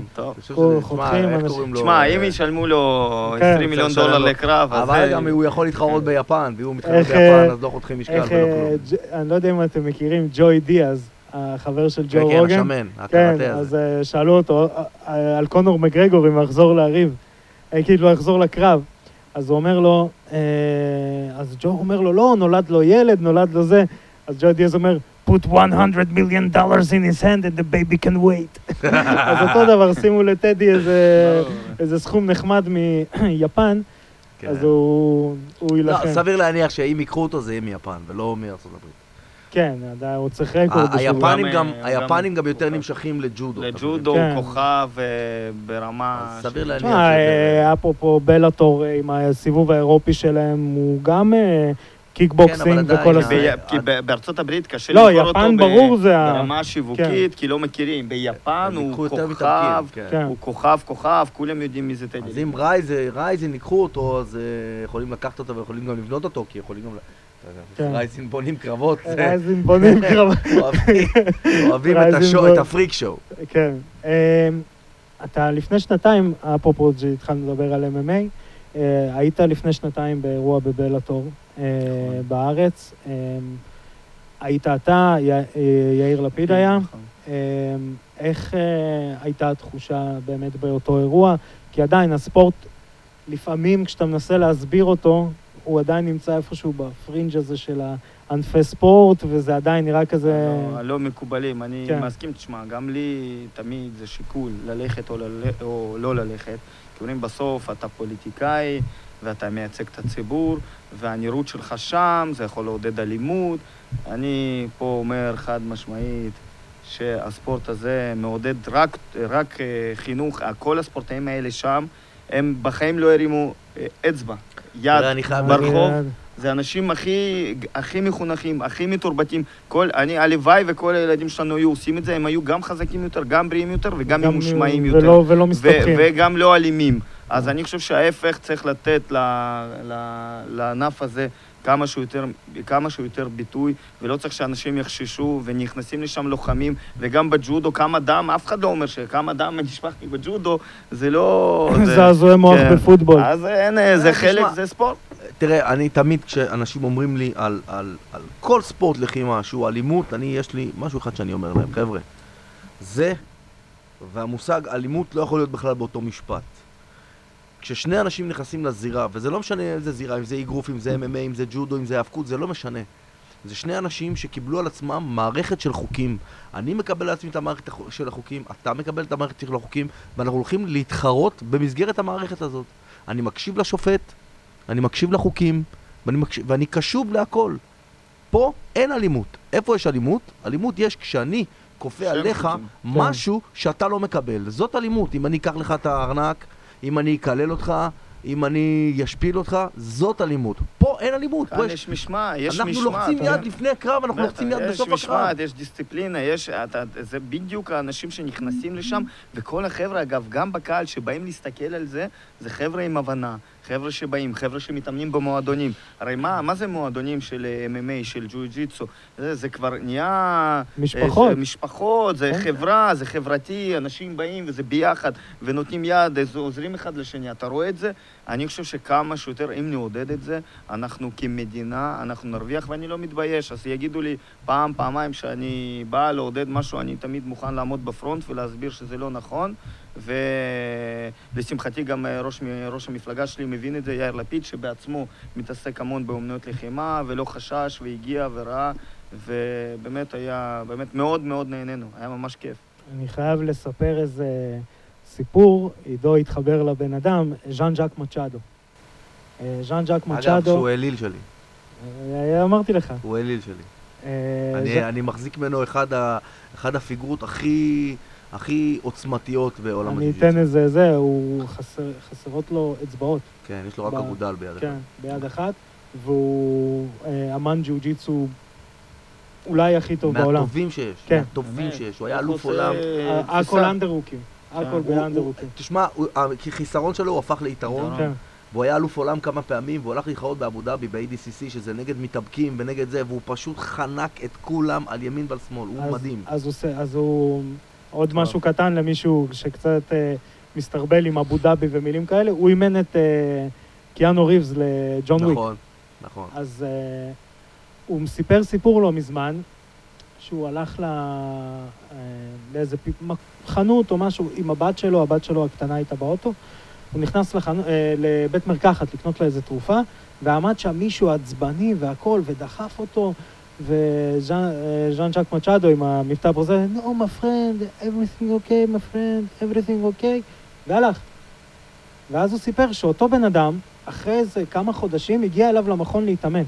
תשמע, אם ישלמו לו 20 מיליון דולר לקרב, אז... אבל גם הוא יכול להתחרות ביפן, והוא מתחרות ביפן, אז לא חותכים משקל ולא כלום. אני לא יודע אם אתם מכירים, ג'וי דיאז, החבר של ג'ו רוגן. כן, השמן, כן, אז שאלו אותו על קונור מגרגור אם יחזור להריב, כאילו יחזור לקרב. אז הוא אומר לו, אז ג'ו אומר לו, לא, נולד לו ילד, נולד לו זה. אז ג'ו דיאז אומר, put $100 million in his hand and the baby can wait. אז אותו דבר, שימו לטדי איזה סכום נחמד מיפן, אז הוא ילחם. לא, סביר להניח שאם יקחו אותו זה יהיה מיפן, ולא מארצות הברית. כן, הוא צריך רקורד. היפנים גם יותר נמשכים לג'ודו. לג'ודו, כוכב ברמה... סביר להניח שזה... אפרופו בלאטור עם הסיבוב האירופי שלהם, הוא גם קיקבוקסינג וכל הסיבוב. כי בארצות הברית קשה לקרוא אותו ברמה שיווקית, כי לא מכירים. ביפן הוא כוכב, כולם יודעים מי זה טדי. אז אם רייזן ייקחו אותו, אז יכולים לקחת אותו ויכולים גם לבנות אותו, כי יכולים גם... רייזין בונים קרבות. רייזין בונים קרבות. אוהבים את הפריק שואו. כן. אתה לפני שנתיים, אפרופו שהתחלנו לדבר על MMA, היית לפני שנתיים באירוע בבלאטור בארץ. היית אתה, יאיר לפיד היה. איך הייתה התחושה באמת באותו אירוע? כי עדיין הספורט, לפעמים כשאתה מנסה להסביר אותו, הוא עדיין נמצא איפשהו בפרינג' הזה של הענפי ספורט, וזה עדיין נראה כזה... לא מקובלים, אני מסכים, תשמע, גם לי תמיד זה שיקול ללכת או לא ללכת, כי אומרים בסוף אתה פוליטיקאי, ואתה מייצג את הציבור, והנראות שלך שם, זה יכול לעודד אלימות. אני פה אומר חד משמעית, שהספורט הזה מעודד רק חינוך. כל הספורטאים האלה שם, הם בחיים לא הרימו אצבע, יד, ברחוב. זה האנשים הכי מחונכים, הכי מתורבתים. הלוואי וכל הילדים שלנו היו עושים את זה, הם היו גם חזקים יותר, גם בריאים יותר וגם ממושמעים יותר. ולא מסתבכים. וגם לא אלימים. אז אני חושב שההפך צריך לתת לענף הזה כמה שיותר ביטוי, ולא צריך שאנשים יחששו ונכנסים לשם לוחמים, וגם בג'ודו כמה דם, אף אחד לא אומר שכמה דם נשפך בג'ודו, זה לא... זה הזוי מוח בפוטבול. אז אין, זה חלק, זה ספורט. תראה, אני תמיד כשאנשים אומרים לי על כל ספורט לחימה שהוא אלימות, יש לי משהו אחד שאני אומר להם, חבר'ה, זה והמושג אלימות לא יכול להיות בכלל באותו משפט. כששני אנשים נכנסים לזירה, וזה לא משנה אם זה זירה, אם זה אגרוף, אם זה MMA, אם זה ג'ודו, אם זה האבקות, זה לא משנה. זה שני אנשים שקיבלו על עצמם מערכת של חוקים. אני מקבל על עצמי את המערכת של החוקים, אתה מקבל את המערכת של החוקים, ואנחנו הולכים להתחרות במסגרת המערכת הזאת. אני מקשיב לשופט, אני מקשיב לחוקים, ואני קשוב להכל. פה אין אלימות. איפה יש אלימות? אלימות יש כשאני כופה עליך משהו שאתה לא מקבל. זאת אלימות. אם אני אקח לך את הארנק, אם אני אקלל אותך, אם אני אשפיל אותך, זאת אלימות. פה אין אלימות. כאן יש משמעת, יש משמעת. אנחנו לוחצים יד לפני הקרב, אנחנו לוחצים יד בסוף הקרב. יש משמעת, יש דיסציפלינה, זה בדיוק האנשים שנכנסים לשם, וכל החבר'ה, אגב, גם בקהל שבאים להסתכל על זה, זה חבר'ה עם הבנה. חבר'ה שבאים, חבר'ה שמתאמנים במועדונים. הרי מה זה מועדונים של MMA, של ג'ו-ג'יטסו? זה כבר נהיה... משפחות, זה חברה, זה חברתי, אנשים באים וזה ביחד, ונותנים יד, עוזרים אחד לשני. אתה רואה את זה? אני חושב שכמה שיותר, אם נעודד את זה, אנחנו כמדינה, אנחנו נרוויח, ואני לא מתבייש. אז יגידו לי פעמיים שאני בא לעודד משהו, אני תמיד מוכן לעמוד בפרונט ולהסביר שזה לא נכון. ולשמחתי גם ראש המפלגה שלי מבין את זה, יאיר לפיד, שבעצמו מתעסק המון באומנויות לחימה ולא חשש והגיע וראה, ובאמת היה, באמת מאוד מאוד נהנינו, היה ממש כיף. אני חייב לספר איזה סיפור, עידו התחבר לבן אדם, ז'אן ז'אק מצ'אדו. ז'אן ז'אק מצ'אדו... אגב, שהוא אליל שלי. אמרתי לך. הוא אליל שלי. אני מחזיק ממנו אחד הפיגורות הכי עוצמתיות בעולם הג'ו-ג'יטסו. אני אתן איזה, חסרות לו אצבעות. כן, יש לו רק אגודל ביד אחת. כן, ביד אחת, והוא אמן ג'ו-ג'יטסו אולי הכי טוב בעולם. מהטובים שיש, מהטובים שיש. הוא היה אלוף עולם. הכל אנדרוקים. הכל באנדרוקים. תשמע, כחיסרון שלו הוא הפך ליתרון. והוא היה אלוף עולם כמה פעמים, והוא הלך להתחרות באבו דאבי, ב-ADCC, שזה נגד מתאבקים ונגד זה, והוא פשוט חנק את כולם על ימין ועל שמאל. הוא מדהים. אז הוא... עוד משהו קטן למישהו שקצת מסתרבל עם אבו דאבי ומילים כאלה, הוא אימן את קיאנו ריבס לג'ון וויק. נכון. אז הוא סיפר סיפור לא מזמן, שהוא הלך לאיזה חנות או משהו עם הבת שלו הקטנה הייתה באוטו, הוא נכנס לבית מרקחת לקנות לה איזה תרופה, ועמד שם מישהו עצבני והכל, ודחף אותו, וז'אן ז'אק מצ'אדו עם המבטא הפרוזר, No, my friend, everything okay, my friend, everything okay, והלך. ואז הוא סיפר שאותו בן אדם, אחרי איזה כמה חודשים, הגיע אליו למכון להתאמן.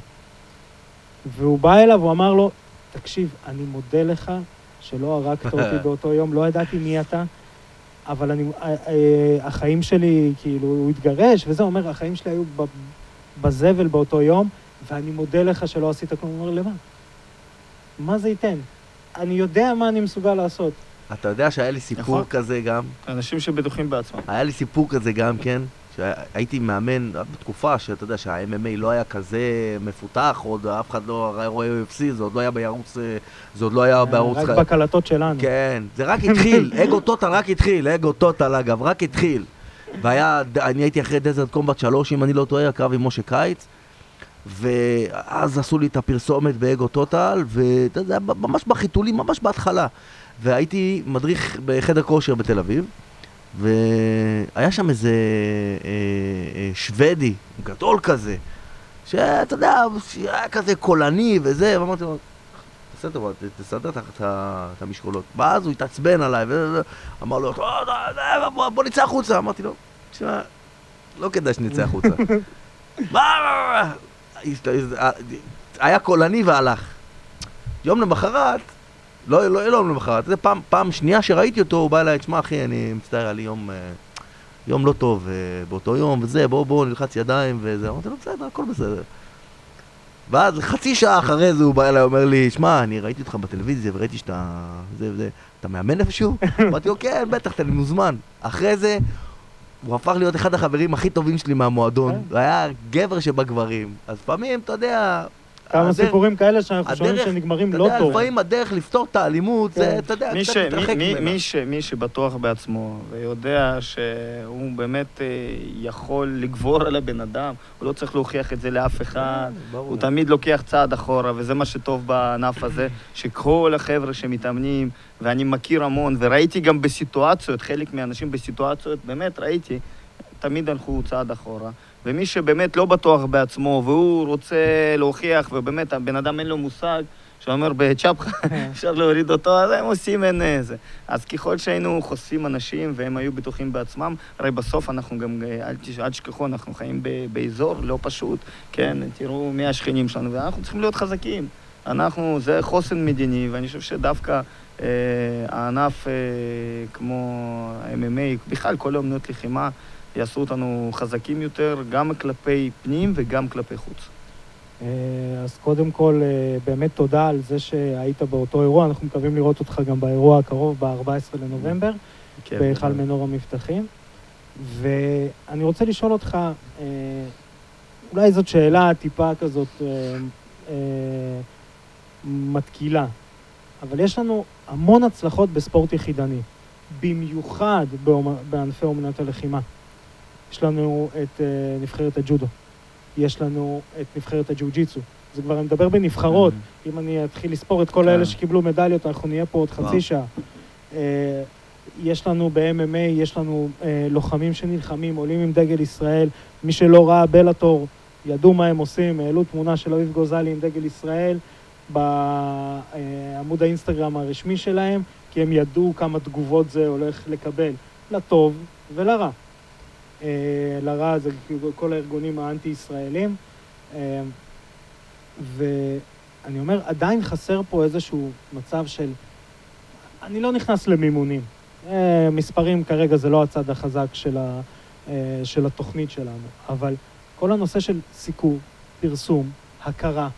והוא בא אליו, הוא אמר לו, תקשיב, אני מודה לך שלא הרגת אותי באותו יום, לא ידעתי מי אתה, אבל החיים שלי, כאילו, הוא התגרש, וזה אומר, החיים שלי היו בזבל באותו יום, ואני מודה לך שלא עשית כלום. הוא אומר, למה? מה זה ייתן? אני יודע מה אני מסוגל לעשות. אתה יודע שהיה לי סיפור כזה גם? אנשים שבטוחים בעצמם. היה לי סיפור כזה גם, כן? שהייתי מאמן בתקופה שאתה יודע שה-MMA לא היה כזה מפותח, עוד אף אחד לא רואה UFC, זה עוד לא היה בערוץ, זה עוד לא היה בערוץ... רק בקלטות שלנו. כן, זה רק התחיל, אגו טוטל רק התחיל, אגו טוטל אגב, רק התחיל. אני הייתי אחרי דזרט קומבט 3, אם אני לא טועה, הקרב עם משה קיץ, ואז עשו לי את הפרסומת באגו טוטל, ואתה יודע, ממש בחיתולים, ממש בהתחלה. והייתי מדריך בחדר כושר בתל אביב, והיה שם איזה שוודי, גדול כזה, שאתה יודע, היה כזה קולני וזה, ואמרתי לו, תסדר את המשקולות. ואז הוא התעצבן עליי, ואמר לו, בוא נצא החוצה. אמרתי לו, תשמע, לא כדאי שנצא החוצה. היה קולני והלך. יום למחרת, לא למחרת, זה פעם שנייה שראיתי אותו, הוא בא אליי, תשמע אחי, אני מצטער, היה לי יום לא טוב באותו יום, וזה, בוא נלחץ ידיים וזה, אמרתי לו, בסדר, הכל בסדר. ואז חצי שעה אחרי זה הוא בא אליי, אומר לי, שמע, אני ראיתי אותך בטלוויזיה וראיתי שאתה, אתה מאמן איפשהו? אמרתי לו, כן, בטח, אתה מוזמן. אחרי זה, הוא הפך להיות אחד החברים הכי טובים שלי מהמועדון. הוא היה גבר שבגברים. אז פעמים, אתה יודע... כמה סיפורים כאלה שאנחנו שומעים שנגמרים לא טוב. לפעמים הדרך לפתור את האלימות, זה, אתה יודע, קצת מתרחק ממנה. מי שבטוח בעצמו ויודע שהוא באמת יכול לגבור על הבן אדם, הוא לא צריך להוכיח את זה לאף אחד, הוא תמיד לוקח צעד אחורה, וזה מה שטוב בענף הזה, שכל החבר'ה שמתאמנים, ואני מכיר המון, וראיתי גם בסיטואציות, חלק מהאנשים בסיטואציות, באמת ראיתי, תמיד הלכו צעד אחורה. ומי שבאמת לא בטוח בעצמו, והוא רוצה להוכיח, ובאמת הבן אדם אין לו מושג, שאומר בצ'פחה, אפשר להוריד אותו, אז הם עושים אין זה. אז ככל שהיינו חושפים אנשים, והם היו בטוחים בעצמם, הרי בסוף אנחנו גם, עד שכחו, אנחנו חיים באזור לא פשוט, כן, תראו מי השכנים שלנו, ואנחנו צריכים להיות חזקים. זה חוסן מדיני, ואני חושב שדווקא הענף כמו MMA, בכלל כל האמנויות לחימה, יעשו אותנו חזקים יותר, גם כלפי פנים וגם כלפי חוץ. אז קודם כל, באמת תודה על זה שהיית באותו אירוע. אנחנו מקווים לראות אותך גם באירוע הקרוב, ב-14 לנובמבר, בהיכל מנור המבטחים. ואני רוצה לשאול אותך, אולי זאת שאלה טיפה כזאת מתקילה, אבל יש לנו המון הצלחות בספורט יחידני, במיוחד בענפי אומנות הלחימה. יש לנו את נבחרת הג'ודו, יש לנו את נבחרת הג'ו-ג'יצו. זה כבר, אני מדבר בנבחרות. אם אני אתחיל לספור את כל האלה שקיבלו מדליות, אנחנו נהיה פה עוד חצי שעה. יש לנו ב-MMA, יש לנו לוחמים שנלחמים, עולים עם דגל ישראל. מי שלא ראה בלאטור, ידעו מה הם עושים, העלו תמונה של אביב גוזלי עם דגל ישראל בעמוד האינסטגרם הרשמי שלהם, כי הם ידעו כמה תגובות זה הולך לקבל, לטוב ולרע. לרע זה כל הארגונים האנטי-ישראלים, ואני אומר, עדיין חסר פה איזשהו מצב של, אני לא נכנס למימונים, מספרים כרגע זה לא הצד החזק של התוכנית שלנו, אבל כל הנושא של סיקור, פרסום, הכרה,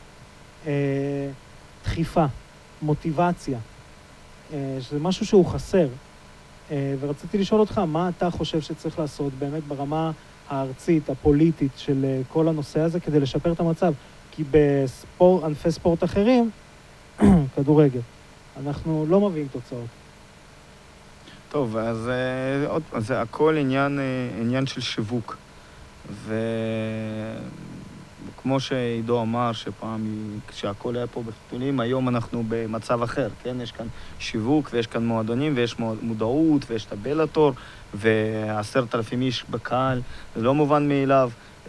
דחיפה, מוטיבציה, שזה משהו שהוא חסר. ורציתי לשאול אותך, מה אתה חושב שצריך לעשות באמת ברמה הארצית, הפוליטית של כל הנושא הזה כדי לשפר את המצב? כי בענפי ספורט אחרים, כדורגל, אנחנו לא מביאים תוצאות. טוב, אז זה הכל עניין של שיווק. וכמו שעידו אמר שפעם, כשהכל היה פה בחיתולים, היום אנחנו במצב אחר, כן? יש כאן שיווק ויש כאן מועדונים ויש מודעות ויש את הבלאטור ו10,000 איש בקהל, זה לא מובן מאליו.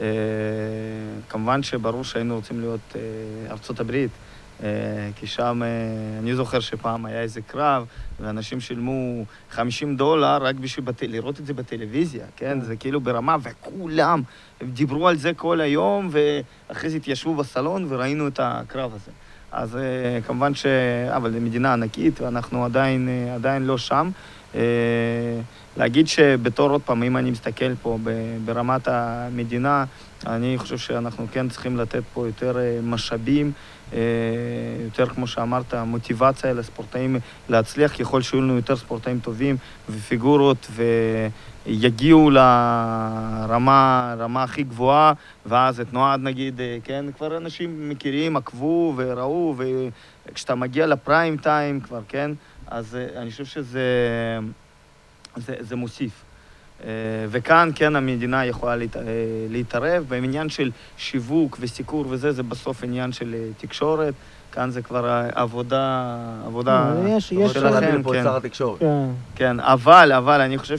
כמובן שברור שהיינו רוצים להיות ארצות הברית, כי שם, אני זוכר שפעם היה איזה קרב, ואנשים שילמו $50 רק בשביל לראות את זה בטלוויזיה, כן? זה כאילו ברמה, וכולם דיברו על זה כל היום, ואחרי זה התיישבו בסלון וראינו את הקרב הזה. אז כמובן אבל זו מדינה ענקית, ואנחנו עדיין לא שם. להגיד שבתור עוד פעם, אם אני מסתכל פה ברמת המדינה, אני חושב שאנחנו כן צריכים לתת פה יותר משאבים, יותר, כמו שאמרת, מוטיבציה לספורטאים להצליח, ככל שיהיו לנו יותר ספורטאים טובים ופיגורות ויגיעו לרמה הכי גבוהה, ואז את נועד נגיד, כן, כבר אנשים מכירים, עקבו וראו, וכשאתה מגיע לפריים טיים כבר, כן, אז אני חושב שזה מוסיף. וכאן, כן, המדינה יכולה להתערב, בעניין של שיווק וסיקור וזה, זה בסוף עניין של תקשורת, כאן זה כבר עבודה שלכם, כן. שר התקשורת. כן, אבל אני חושב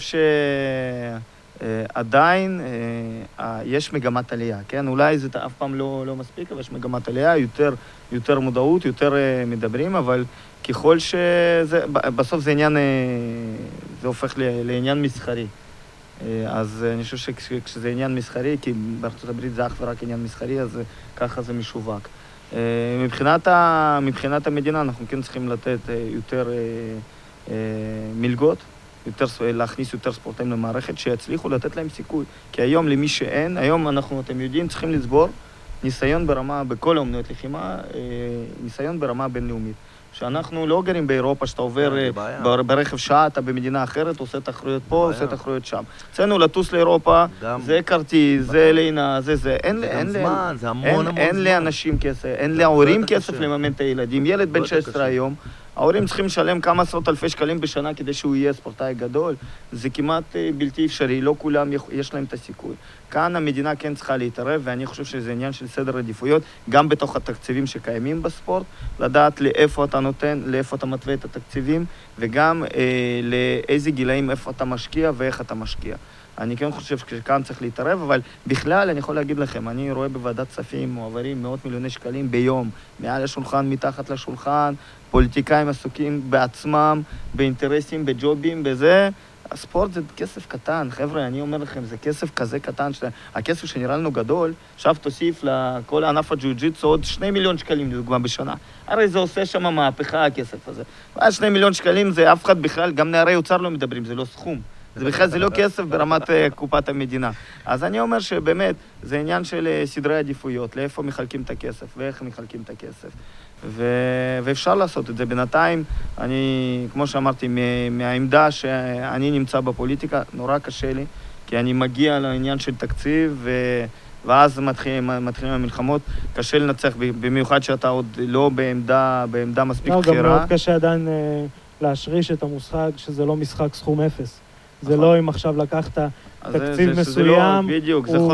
שעדיין יש מגמת עלייה, כן? אולי זה אף פעם לא מספיק, אבל יש מגמת עלייה, יותר מודעות, יותר מדברים, אבל ככל שזה, בסוף זה עניין, זה הופך לעניין מסחרי. אז אני חושב שכשזה עניין מסחרי, כי בארצות הברית זה אך ורק עניין מסחרי, אז ככה זה משווק. מבחינת המדינה אנחנו כן צריכים לתת יותר מלגות, להכניס יותר ספורטאים למערכת שיצליחו לתת להם סיכוי. כי היום למי שאין, היום אנחנו, אתם יודעים, צריכים לצבור ניסיון ברמה, בכל האומנויות לחימה, ניסיון ברמה בינלאומית. שאנחנו לא גרים באירופה, שאתה עובר ברכב שעה, אתה במדינה אחרת, עושה תחרויות פה, עושה תחרויות שם. אצלנו לטוס לאירופה, זה כרטיס, זה לינה, זה. אין לאנשים כסף, אין להורים כסף לממן את הילדים. ילד בן 16 היום, ההורים צריכים לשלם כמה עשרות אלפי שקלים בשנה כדי שהוא יהיה ספורטאי גדול. זה כמעט בלתי אפשרי, לא כולם יש להם את הסיכוי. כאן המדינה כן צריכה להתערב, ואני חושב שזה עניין של סדר עדיפויות, גם בתוך התקציבים שקיימים בספורט, לדעת לאיפה אתה נותן, לאיפה אתה מתווה את התקציבים, וגם לאיזה גילאים, איפה אתה משקיע ואיך אתה משקיע. אני כן חושב שכאן צריך להתערב, אבל בכלל אני יכול להגיד לכם, אני רואה בוועדת כספים מועברים מאות מיליוני שקלים ביום, מעל השולחן, מתחת לשולחן, פוליטיקאים עסוקים בעצמם, באינטרסים, בג'ובים, בזה. הספורט זה כסף קטן, חבר'ה, אני אומר לכם, זה כסף כזה קטן, הכסף שנראה לנו גדול, עכשיו תוסיף לכל ענף הג'יוג'יטסו עוד 2 מיליון שקלים לדוגמה בשנה. הרי זה עושה שם מהפכה, הכסף הזה. ואז 2 מיליון שקלים זה אף אחד בכלל, גם נערי אוצר לא מדברים, זה לא סכום. זה בכלל, זה לא כסף ברמת קופת המדינה. אז אני אומר שבאמת, זה עניין של סדרי עדיפויות, לאיפה מחלקים את הכסף ואיך מחלקים את הכסף. ואפשר לעשות את זה. בינתיים, אני, כמו שאמרתי, מהעמדה שאני נמצא בפוליטיקה, נורא קשה לי, כי אני מגיע לעניין של תקציב, ואז מתחילים המלחמות. קשה לנצח, במיוחד שאתה עוד לא בעמדה מספיק בחירה. גם מאוד קשה עדיין להשריש את המושג שזה לא משחק סכום אפס. זה לא אם עכשיו לקחת תקציב מסוים, בדיוק, זה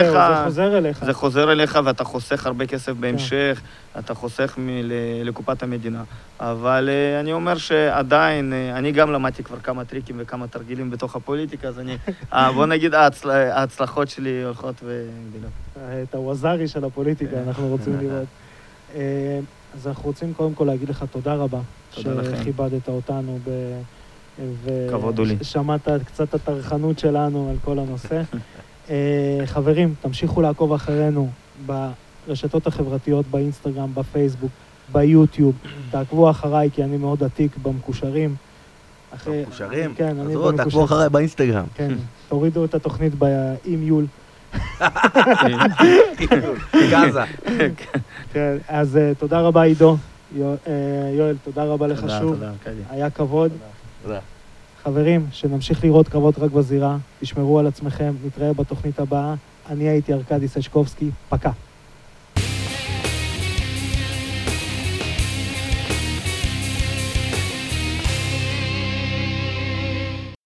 חוזר אליך ואתה חוסך הרבה כסף בהמשך, אתה חוסך לקופת המדינה. אבל אני אומר שעדיין, אני גם למדתי כבר כמה טריקים וכמה תרגילים בתוך הפוליטיקה, אז בוא נגיד, ההצלחות שלי הולכות וגדלות. את הווזרי של הפוליטיקה אנחנו רוצים לראות. אז אנחנו רוצים קודם כל להגיד לך תודה רבה, שכיבדת אותנו ושמעת קצת את התרחנות שלנו על כל הנושא. חברים, תמשיכו לעקוב אחרינו ברשתות החברתיות, באינסטגרם, בפייסבוק, ביוטיוב. תעקבו אחריי כי אני מאוד עתיק במקושרים. במקושרים? כן, אני במקושרים. תעקבו אחריי באינסטגרם. כן, תורידו את התוכנית עם יול. גזה. כן, אז תודה רבה עידו. יואל, תודה רבה לך שוב. היה כבוד. תודה. חברים, שנמשיך לראות קרבות רק בזירה, תשמרו על עצמכם, נתראה בתוכנית הבאה. אני הייתי ארקדי סשקובסקי, פקה.